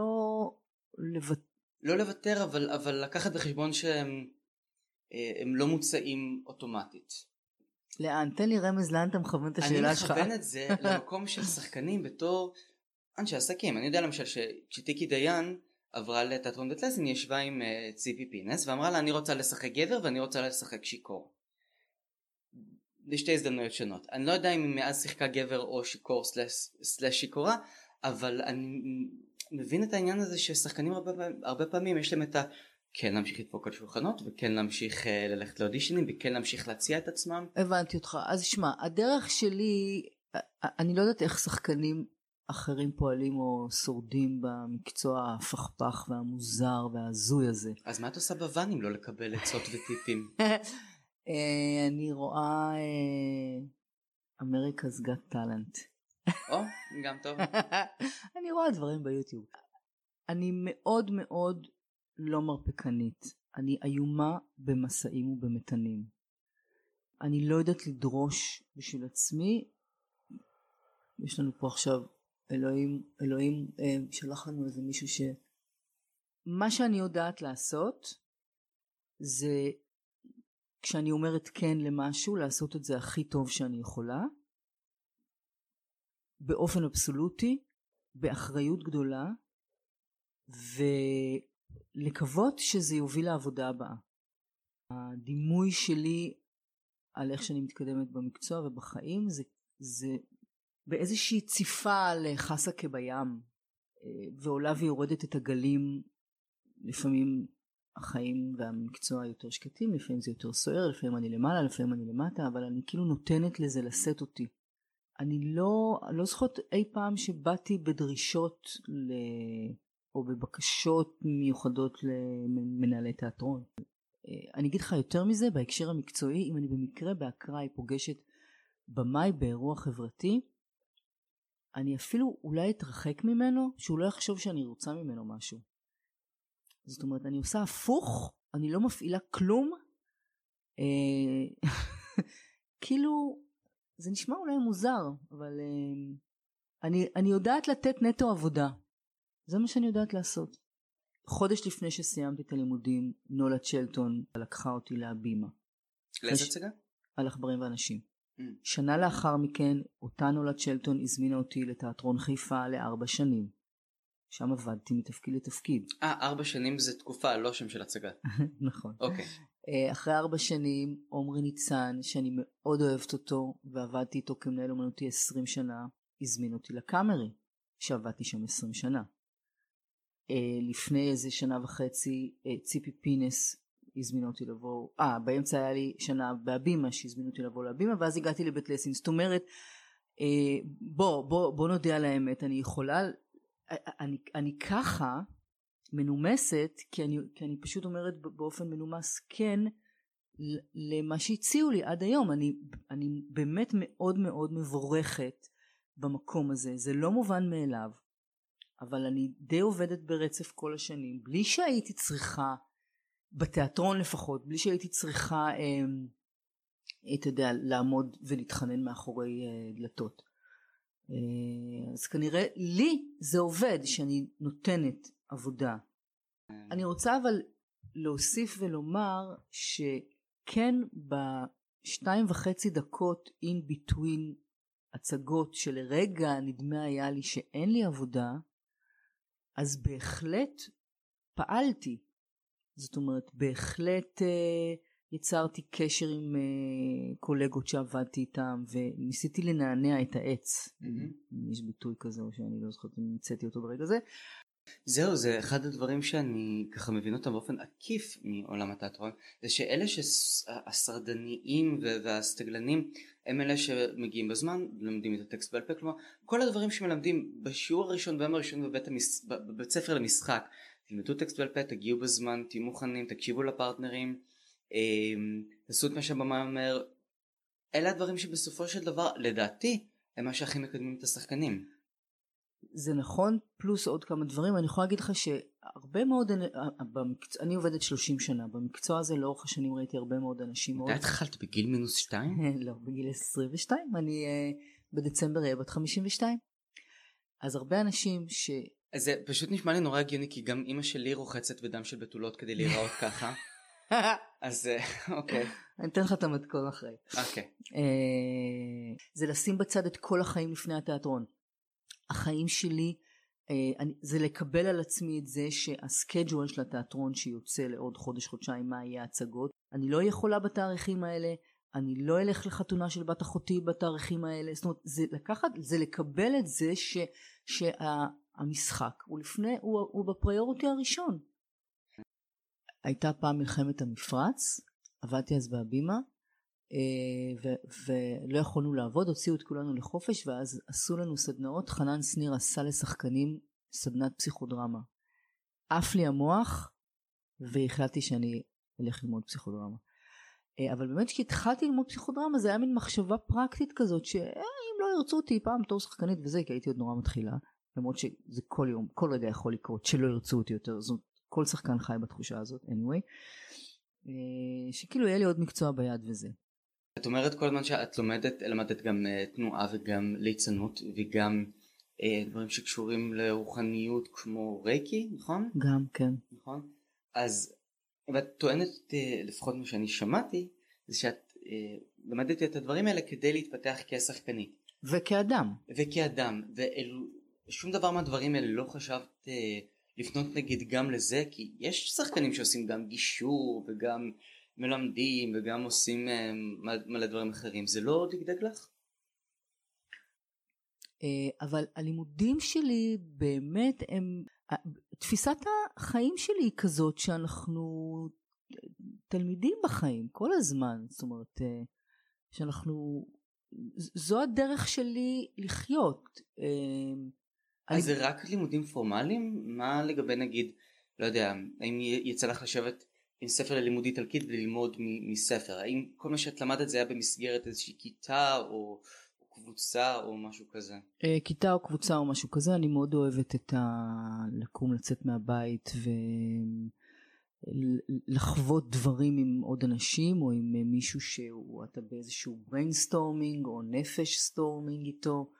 לא לוותר, אבל לקחת בחשבון שהם לא מוצאים אוטומטית. לאן? תן לי רמז לאן אתה מכוון את השאלה שלך. אני מכוון את זה למקום של שחקנים בתור אנשי עסקים. אני יודע למשל שטיקי דיין עברה לתיאטרון בית לסין, היא ישבה עם ציפי פינס ואמרה לה, אני רוצה לשחק גבר ואני רוצה לשחק שיקור. לשתי הזדמנויות שונות. אני לא יודע אם מאז שיחקה גבר או שיכור סלש שיכורה, אבל אני מבין את העניין הזה ששחקנים הרבה פעמים יש להם את כן להמשיך לדפוק על שולחנות, וכן להמשיך ללכת לאודישנים, וכן להמשיך להציע את עצמם. הבנתי אותך. אז שמע, הדרך שלי, אני לא יודעת איך שחקנים אחרים פועלים או שורדים במקצוע הפכפך והמוזר והזוי הזה. אז מה את עושה בוואן אם לא לקבל עצות וטיפים? אני רואה America's Got Talent. גם טוב. אני רואה דברים ביוטיוב. אני מאוד מאוד לא מרפקנית. אני איומה במסעים ובמתנים. אני לא יודעת לדרוש בשביל עצמי. יש לנו פה עכשיו אלוהים שלח לנו איזה מישהו מה שאני יודעת לעשות זה כשאני אומרת כן למשהו לעשות את זה הכי טוב שאני יכולה באופן אבסולוטי, באחריות גדולה, ולקוות שזה יוביל לעבודה הבאה. הדימוי שלי על איך שאני מתקדמת במקצוע ובחיים זה באיזושהי ציפה על חסקה בים, ועולה ויורדת את הגלים. לפעמים החיים והמקצוע יותר שקטים, לפעמים זה יותר סוער, לפעמים אני למעלה, לפעמים אני למטה, אבל אני כאילו נותנת לזה לשאת אותי. אני לא זוכרת אי פעם שבאתי בדרישות או בבקשות מיוחדות למנהלי תיאטרון. אני אגיד לך יותר מזה, בהקשר המקצועי, אם אני במקרה באקראי פוגשת במאי באירוע חברתי, אני אפילו אולי אתרחק ממנו, שהוא לא יחשוב שאני רוצה ממנו משהו. זאת אומרת, אני עושה הפוך, אני לא מפעילה כלום, כאילו, זה נשמע אולי מוזר, אבל אני יודעת לתת נטו עבודה. זה מה שאני יודעת לעשות. חודש לפני שסיימתי את הלימודים, נולה צ'לטון לקחה אותי להבימה. לאיזה הצגה? על עכברים ואנשים. שנה לאחר מכן, אותה נולה צ'לטון הזמינה אותי לתיאטרון חיפה ל4 שנים. שם עבדתי מתפקיד לתפקיד. 4 שנים זה תקופה, לא שם של הצגה. נכון. אוקיי. אחרי 4 שנים, עומרי ניצן, שאני מאוד אוהבת אותו, ועבדתי איתו כמנהל אומנותי 20 שנה, הזמין אותי לקאמרי, שעבדתי שם 20 שנה. לפני איזה 1.5 שנה, ציפי פינס הזמינה אותי לבוא, באמצע היה לי שנה בהבימה, שהזמינו אותי לבוא להבימה, ואז הגעתי לבית לסין. זאת אומרת, בוא נודע על האמת, אני יכולה, אני ככה מנומסת, כי אני פשוט אומרת באופן מנומס כן למה שהציעו לי עד היום. אני באמת מאוד מאוד מבורכת במקום הזה. זה לא מובן מאליו, אבל אני די עובדת ברצף כל השנים, בלי שהייתי צריכה, בתיאטרון לפחות, בלי שהייתי צריכה, אתה יודע, לעמוד ולהתחנן מאחורי דלתות. אז כנראה לי זה עובד שאני נותנת עבודה. אני רוצה אבל להוסיף ולומר שכן ב2.5 דקות in between הצגות שלרגע נדמה היה לי שאין לי עבודה, אז בהחלט פעלתי. זאת אומרת, בהחלט יצרתי קשר עם קולגות שעבדתי איתם, וניסיתי לנענע את העץ. יש ביטוי כזה, או שאני לא זוכרת אם נמצאתי אותו ברגע זה. זהו, זה אחד הדברים שאני ככה מבין אותם באופן עקיף מעולם התיאטרון, זה שאלה שהשרדניים והסטגלנים הם אלה שמגיעים בזמן, לומדים את הטקסט בעל פה, כלומר כל הדברים שמלמדים בשיעור הראשון ביום הראשון בבית ספר למשחק, תלמדו טקסט בעל פה, תגיעו בזמן, תהיו מוכנים, תקשיבו לפרטנרים, תעשו את מה שהבמה אומר. אלה הדברים שבסופו של דבר לדעתי הם מה שהכי מקדמים את השחקנים. זה נכון, פלוס עוד כמה דברים. אני יכולה להגיד לך שהרבה מאוד, אני עובדת 30 שנה, במקצוע הזה לאורך השנים ראיתי הרבה מאוד אנשים. מתי התחלת? בגיל -2? לא, בגיל 22, אני בדצמבר אהיה בת 52. אז הרבה אנשים אז זה פשוט נשמע לי נורא הגיוני, כי גם אמא שלי רוחצת בדם של בתולות כדי להיראות ככה. אז אוקיי. אני אתן לך את המתכון אחרי. אוקיי. זה לשים בצד את כל החיים לפני התיאטרון. החיים שלי, זה לקבל על עצמי את זה שהסקייג'ואל של התיאטרון שיוצא לעוד חודש-חודשיים מה יהיה הצגות. אני לא יכולה בתאריכים האלה, אני לא אלך לחתונה של בת אחותי בתאריכים האלה. זאת אומרת, זה לקבל את זה שהמשחק הוא בפריוריטי הראשון. הייתה פעם מלחמת המפרץ, עבדתי אז בהבימה, ולא יכולנו לעבוד, הוציאו את כולנו לחופש, ואז עשו לנו סדנאות. חנן שניר עשה לשחקנים סדנת פסיכודרמה. עף לי המוח, והחלטתי שאני אלך ללמוד פסיכודרמה. אבל באמת כשהתחלתי ללמוד פסיכודרמה, זה היה מין מחשבה פרקטית כזאת, שאם לא ירצו אותי פעם בתור שחקנית וזה, כי הייתי עוד נורא מתחילה, למרות שזה כל יום, כל רגע יכול לקרות, שלא ירצו אותי יותר, זאת כל שחקן חי בתחושה הזאת, anyway, שכאילו יהיה לי עוד מקצוע ביד וזה. את אומרת כל הזמן שאת למדת גם תנועה וגם ליצנות וגם דברים שקשורים לרוחניות כמו רייקי, נכון? גם, כן. נכון? אז ואת טוענת, לפחות מה שאני שמעתי, זה שאת למדת את הדברים האלה כדי להתפתח כשחקנית. וכאדם. וכאדם. ושום דבר מהדברים האלה לא חשבת לפנות נגיד גם לזה, כי יש שחקנים שעושים גם גישור וגם מלמדים וגם עושים מלא דברים אחרים. זה לא דגדג לך? אבל הלימודים שלי באמת הם, תפיסת החיים שלי היא כזאת שאנחנו תלמידים בחיים כל הזמן, זאת אומרת שאנחנו, זו הדרך שלי לחיות. אז זה רק לימודים פורמליים? מה לגבי נגיד, לא יודע, האם יצא לך לשבת עם ספר ללימוד איטלקית וללמוד מספר? האם כל מה שאת למדת זה היה במסגרת איזושהי כיתה או קבוצה או משהו כזה? כיתה או קבוצה או משהו כזה. אני מאוד אוהבת את לקום לצאת מהבית ולחוות דברים עם עוד אנשים או עם מישהו שאתה באיזשהו brainstorming או נפש סטורמינג איתו.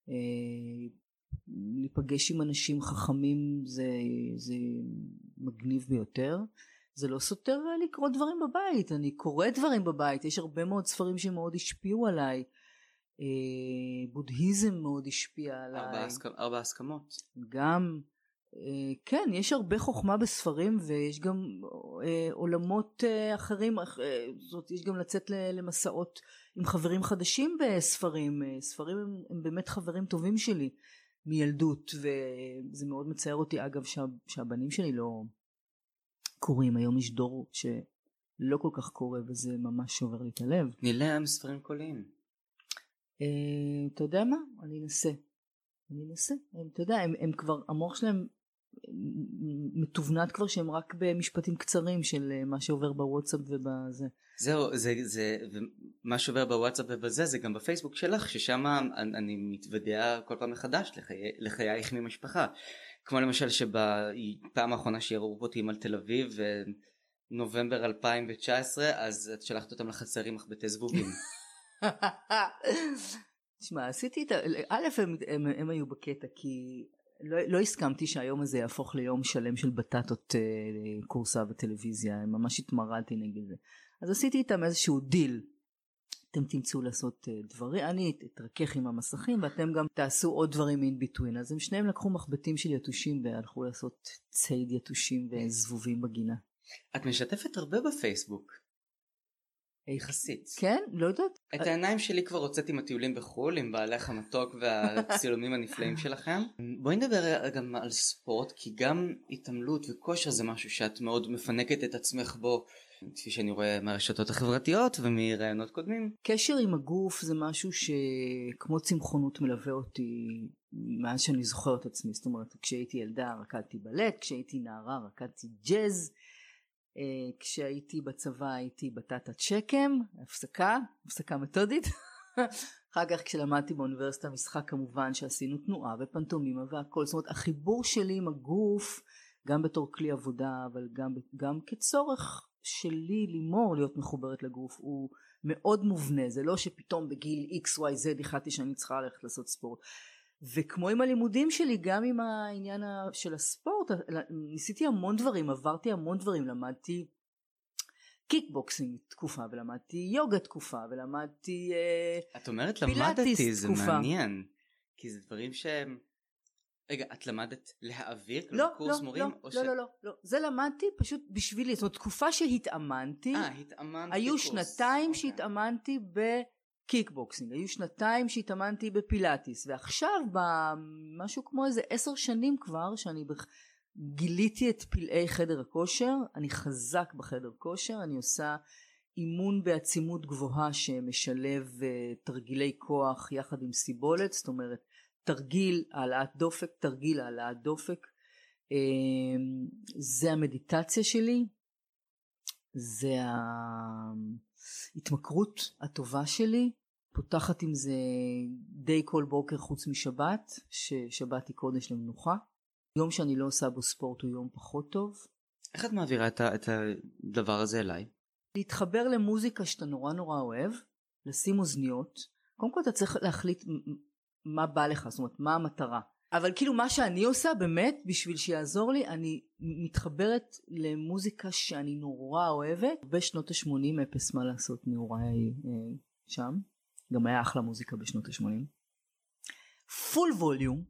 להיפגש עם אנשים חכמים זה מגניב ביותר. זה לא סותר לקרוא דברים בבית, אני קורא דברים בבית, יש הרבה מאוד ספרים שמאוד השפיעו עליי. בודהיזם מאוד השפיע עליי. 4 הסכמות. גם, כן, יש הרבה חוכמה בספרים ויש גם עולמות אחרים, זאת יש גם לצאת למסעות עם חברים חדשים בספרים. ספרים הם באמת חברים טובים שלי מילדות, וזה מאוד מצער אותי אגב שהבנים שלי לא קוראים. היום יש דור שלא כל כך קורא וזה ממש שובר לי את הלב. תני להם ספרים קוליים. אתה יודע מה? אני אנסה. אתה יודע, הם כבר, המוח שלהם מתובנת כבר שהם רק במשפטים קצרים של מה שעובר בוואטסאפ ובזה. זהו, מה שעובר בוואטסאפ ובזה זה גם בפייסבוק שלך, ששם אני מתוודע כל פעם מחדש לחייך ממשפחה. כמו למשל שבפעם האחרונה שיראו אותי על תל אביב נובמבר 2019, אז את שלחת אותם לחצרים אך בתי זבובים. תשמע, עשיתי את א', הם היו בקטע כי לא הסכמתי שהיום הזה יהפוך ליום שלם של בטטות קורסה בטלוויזיה. ממש התמרדתי נגד זה. אז עשיתי איתם איזשהו דיל. אתם תמצאו לעשות דברים, אני אתרכך עם המסכים ואתם גם תעשו עוד דברים in between. אז הם שניהם לקחו מחבטים של יתושים והלכו לעשות ציד יתושים וזבובים בגינה. את משתפת הרבה בפייסבוק. יחסית. כן? לא יודעת. את העיניים שלי כבר הוצאת עם הטיולים בחול, עם בעלך המתוק והצילומים הנפלאים שלכם. בואי נדבר גם על ספורט, כי גם התעמלות וכושר זה משהו שאת מאוד מפנקת את עצמך בו, כפי שאני רואה מהרשתות החברתיות ומרעיונות קודמים. קשר עם הגוף זה משהו שכמו צמחונות מלווה אותי מאז שאני זוכר את עצמי. זאת אומרת, כשהייתי ילדה רקדתי בלט, כשהייתי נערה רקדתי ג'אז, כשהייתי בצבא הייתי בטטת שקם, הפסקה מתודית. אחר כך כשלמדתי באוניברסיטה משחק כמובן שעשינו תנועה ופנטומימה והכל. זאת אומרת, החיבור שלי עם הגוף, גם בתור כלי עבודה, אבל גם כצורך שלי לימור להיות מחוברת לגוף, הוא מאוד מובנה. זה לא שפתאום בגיל XYZ החלטתי שאני צריכה ללכת לעשות ספורט. וכמו עם הלימודים שלי, גם עם העניין של הספורט, ניסיתי המון דברים, עברתי המון דברים, למדתי קיקבוקסינג תקופה, ולמדתי יוגה תקופה, ולמדתי את אומרת פילאטיס למדתי, זה תקופה. מעניין, כי זה דברים שהם, רגע, את למדת להעביר? לא, קורס מורים? לא. זה למדתי פשוט בשבילי. זאת אומרת, תקופה שהתאמנתי. התאמנת היו בקורס. שנתיים שהתאמנתי בקיקבוקסינג, היו שנתיים שהתאמנתי בפילאטיס, ועכשיו במשהו כמו איזה 10 שנים כבר, שאני גיליתי את פלאי חדר הכושר, אני חזק בחדר כושר, אני עושה אימון בעצימות גבוהה שמשלב תרגילי כוח יחד עם סיבולת, זאת אומרת תרגיל העלאת דופק, תרגיל העלאת דופק, זה המדיטציה שלי, זה ההתמכרות הטובה שלי, פותחת עם זה די כל בוקר חוץ משבת, ששבת היא קודש למנוחה, יום שאני לא עושה בו ספורט הוא יום פחות טוב. איך את מעבירה את הדבר הזה אליי? להתחבר למוזיקה שאתה נורא נורא אוהב, לשים אוזניות, קודם כל אתה צריך להחליט מה בא לך, זאת אומרת מה המטרה, אבל כאילו מה שאני עושה באמת בשביל שיעזור לי, אני מתחברת למוזיקה שאני נורא אוהבת, בשנות ה-80 אפס מה לעשות נעוריי שם, גם היה אחלה מוזיקה בשנות ה-80, פול ווליום,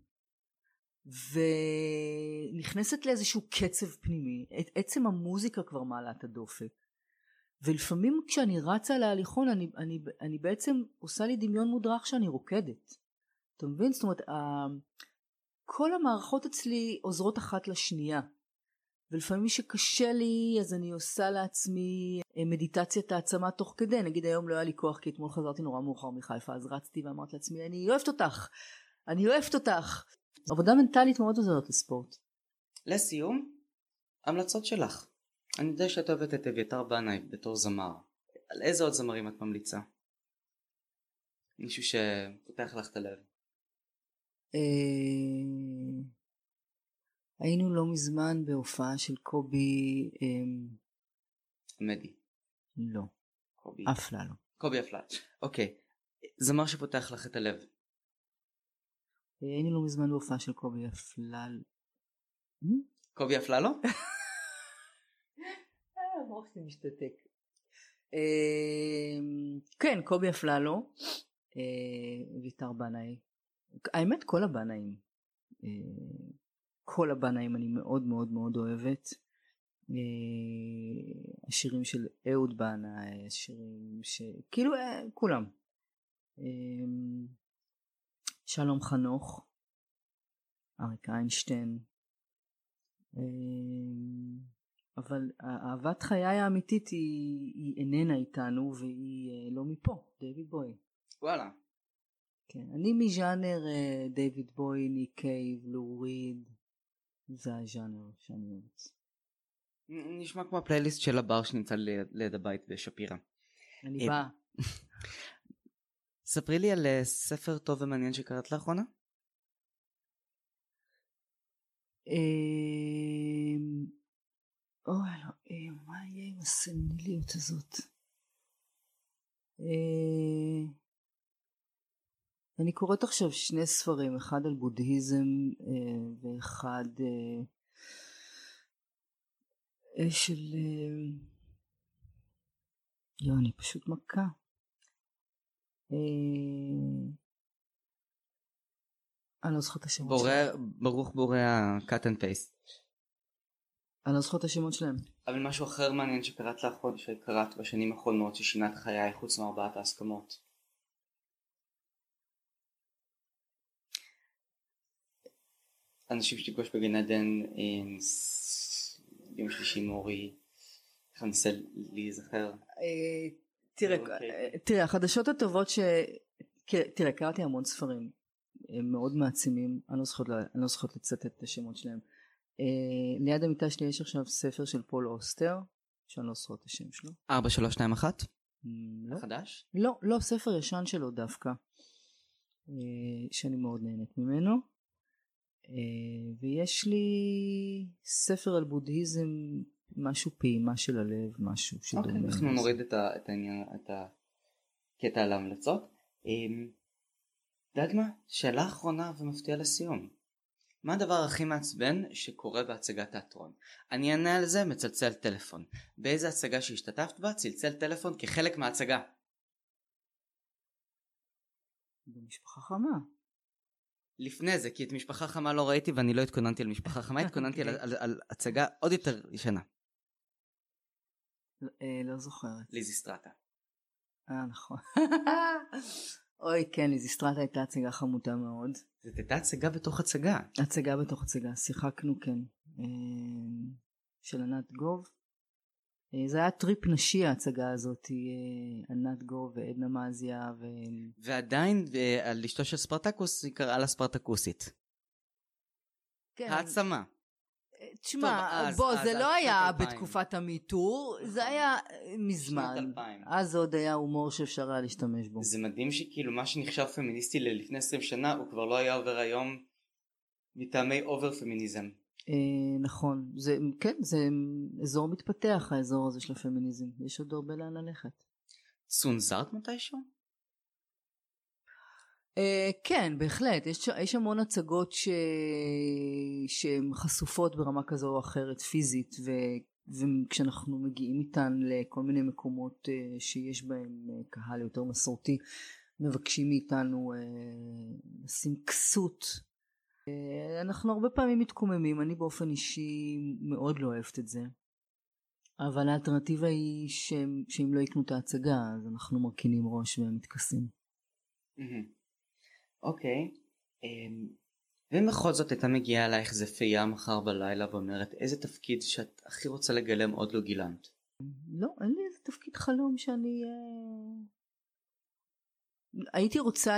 ונכנסת לאיזשהו קצב פנימי, עצם המוזיקה כבר מעלה את הדופק, ולפעמים כשאני רצה להליכון אני בעצם עושה לי דמיון מודרך שאני רוקדת, אתה מבין? זאת אומרת כל המערכות אצלי עוזרות אחת לשנייה, ולפעמים שקשה לי אז אני עושה לעצמי מדיטציית העצמה תוך כדי, נגיד היום לא היה לי כוח כי אתמול חזרתי נורא מאוחר מחיפה, אז רצתי ואמרתי לעצמי אני אוהבת אותך. עבודה מנטלית מאוד עוזרת לספורט. לסיום, המלצות שלך. אני יודע שאת אוהבת את אביתר בנאי בתור זמר. על איזה עוד זמרים את ממליצה? מישהו שפותח לך את הלב. היינו לא מזמן בהופעה של קובי מדי. לא. קובי אפללו. קובי אפללו. אוקיי. זמר שפותח לך את הלב. היינו לא מזמן בהופעה של קובי אפללו. קובי אפללו? המוח שלי משתתק. כן, קובי אפללו, אביתר בנאי. האמת כל הבנאים. כל הבנאים אני מאוד מאוד מאוד אוהבת. השירים של אהוד בנאי, השירים כאילו כולם. שלום חנוך, אריק איינשטיין, אבל אהבת חיי האמיתית היא איננה איתנו והיא לא מפה, דיוויד בוי. וואלה. כן, אני מז'אנר דיוויד בוי, ניק קייב, לו ריד, זה הז'אנר שאני אוהבת. נשמע כמו הפלייליסט של הבר שנמצא ליד הבית בשפירה. אני באה. ספרי לי על ספר טוב ומעניין שקראת לאחרונה. אוי אלוהים, מה יהיה עם הסניליות הזאת? אני קוראת עכשיו 2 ספרים, אחד על בודהיזם ואחד של אני פשוט מכה. אני לא זוכרת את השמות שלהם. ברוך בורא ה-cut and paste. אני לא זוכרת את השמות שלהם. אבל משהו אחר מעניין שקראת לאחרונה, שקראת בשנים האחרונות ששינה את חיי חוץ מ4 ההסכמות. אנשים שתפגוש בגן עדן, יום שלישי מורי, איך ננסה להיזכר. תראה, החדשות הטובות תראה, קראתי המון ספרים, הם מאוד מעצימים, אני לא זוכרת לצטט את השמות שלהם. ליד המיטה שלי יש עכשיו ספר של פול אוסטר, שאני לא זוכרת את השם שלו. 4321? לא. חדש? לא, ספר ישן שלו דווקא, שאני מאוד נהנית ממנו. ויש לי ספר על בודהיזם, משהו פעימה של הלב, משהו שדומה. אוקיי, אנחנו נוריד את העניין, את הקטע על ההמלצות. יודעת מה? שאלה אחרונה ומפתיעה לסיום. מה הדבר הכי מעצבן שקורה בהצגת תיאטרון? אני אענה על זה, מצלצל טלפון. באיזה הצגה שהשתתפת בה צלצל טלפון כחלק מההצגה? במשפחה חמה. לפני זה, כי את משפחה חמה לא ראיתי, ואני לא התכוננתי על משפחה חמה, התכוננתי על הצגה עוד יותר ישנה. לא זוכרת. ליזיסטרטה. נכון. אוי, כן, ליזיסטרטה הייתה הצגה חמודה מאוד. זאת הייתה הצגה בתוך הצגה. הצגה בתוך הצגה, שיחקנו, כן. של ענת גוב. זה היה טריפ נשי ההצגה הזאת, ענת גוב ועדנה מזיה. ועדיין, על אשתו של ספרטקוס, היא קראה לה ספרטקוסית. כן. העצמה. תשמע, בוא, זה לא היה בתקופת המיטור, זה היה מזמן. אז עוד היה הומור שאפשר היה להשתמש בו. זה מדהים שכאילו מה שנחשב פמיניסטי לפני 20 שנה, הוא כבר לא היה עובר היום מטעמי אובר פמיניזם. נכון, כן, זה אזור מתפתח, האזור הזה של הפמיניזם. יש עוד הרבה לאן ללכת. צונזרת מתישהו? כן, בהחלט. יש המון הצגות שהן חשופות ברמה כזו או אחרת פיזית, וכשאנחנו מגיעים איתן לכל מיני מקומות שיש בהם קהל יותר מסורתי, מבקשים מאיתנו לשים כסות. אנחנו הרבה פעמים מתקוממים, אני באופן אישי מאוד לא אוהבת את זה, אבל האלטרנטיבה היא שאם לא יקנו את ההצגה, אז אנחנו מרכינים ראש ומתכסים. אוקיי, ובכל זאת הייתה מגיעה אלייך זפייה מחר בלילה ואומרת איזה תפקיד שאת הכי רוצה לגלם עוד לא גילמת? לא, אין לי איזה תפקיד חלום שאני הייתי רוצה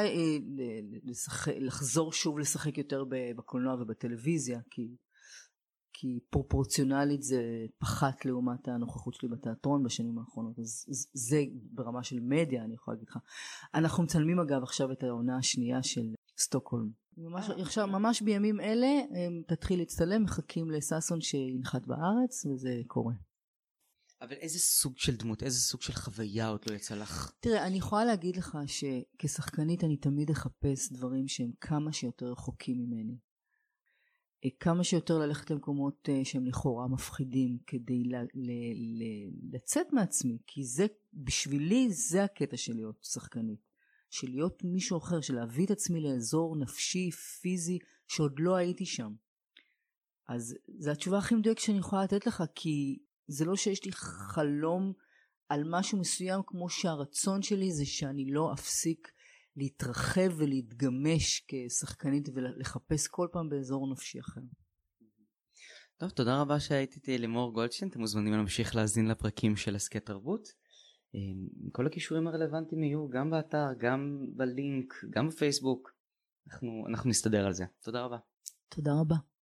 לחזור שוב לשחק יותר בקולנוע ובטלוויזיה, כי פרופורציונלית זה פחת לעומת הנוכחות שלי בתיאטרון בשנים האחרונות, אז זה ברמה של מדיה אני יכולה להגיד לך. אנחנו מצלמים אגב עכשיו את העונה השנייה של סטוקהולם. עכשיו ממש בימים אלה תתחיל להצטלם, מחכים לסאסון שינחת בארץ וזה קורה. אבל איזה סוג של דמות, איזה סוג של חוויה עוד לא יצא לך? תראה, אני יכולה להגיד לך שכשחקנית אני תמיד אחפש דברים שהם כמה שיותר רחוקים ממני. כמה שיותר ללכת למקומות שהם לכאורה מפחידים כדי לצאת מעצמי, כי זה, בשבילי זה הקטע של להיות שחקנית. של להיות מישהו אחר, של להביא את עצמי לאזור נפשי, פיזי, שעוד לא הייתי שם. אז זו התשובה הכי מדויקת שאני יכולה לתת לך, כי זה לא שיש לי חלום על משהו מסוים, כמו שהרצון שלי זה שאני לא אפסיק להתרחב ולהתגמש כשחקנית ולחפש כל פעם באזור נפשי אחר. טוב, תודה רבה שהייתי איתי לימור גולדשטיין, אתם מוזמנים להמשיך להאזין לפרקים של הסקט תרבות. כל הכישורים הרלוונטיים יהיו גם באתר, גם בלינק, גם בפייסבוק. אנחנו נסתדר על זה. תודה רבה. תודה רבה.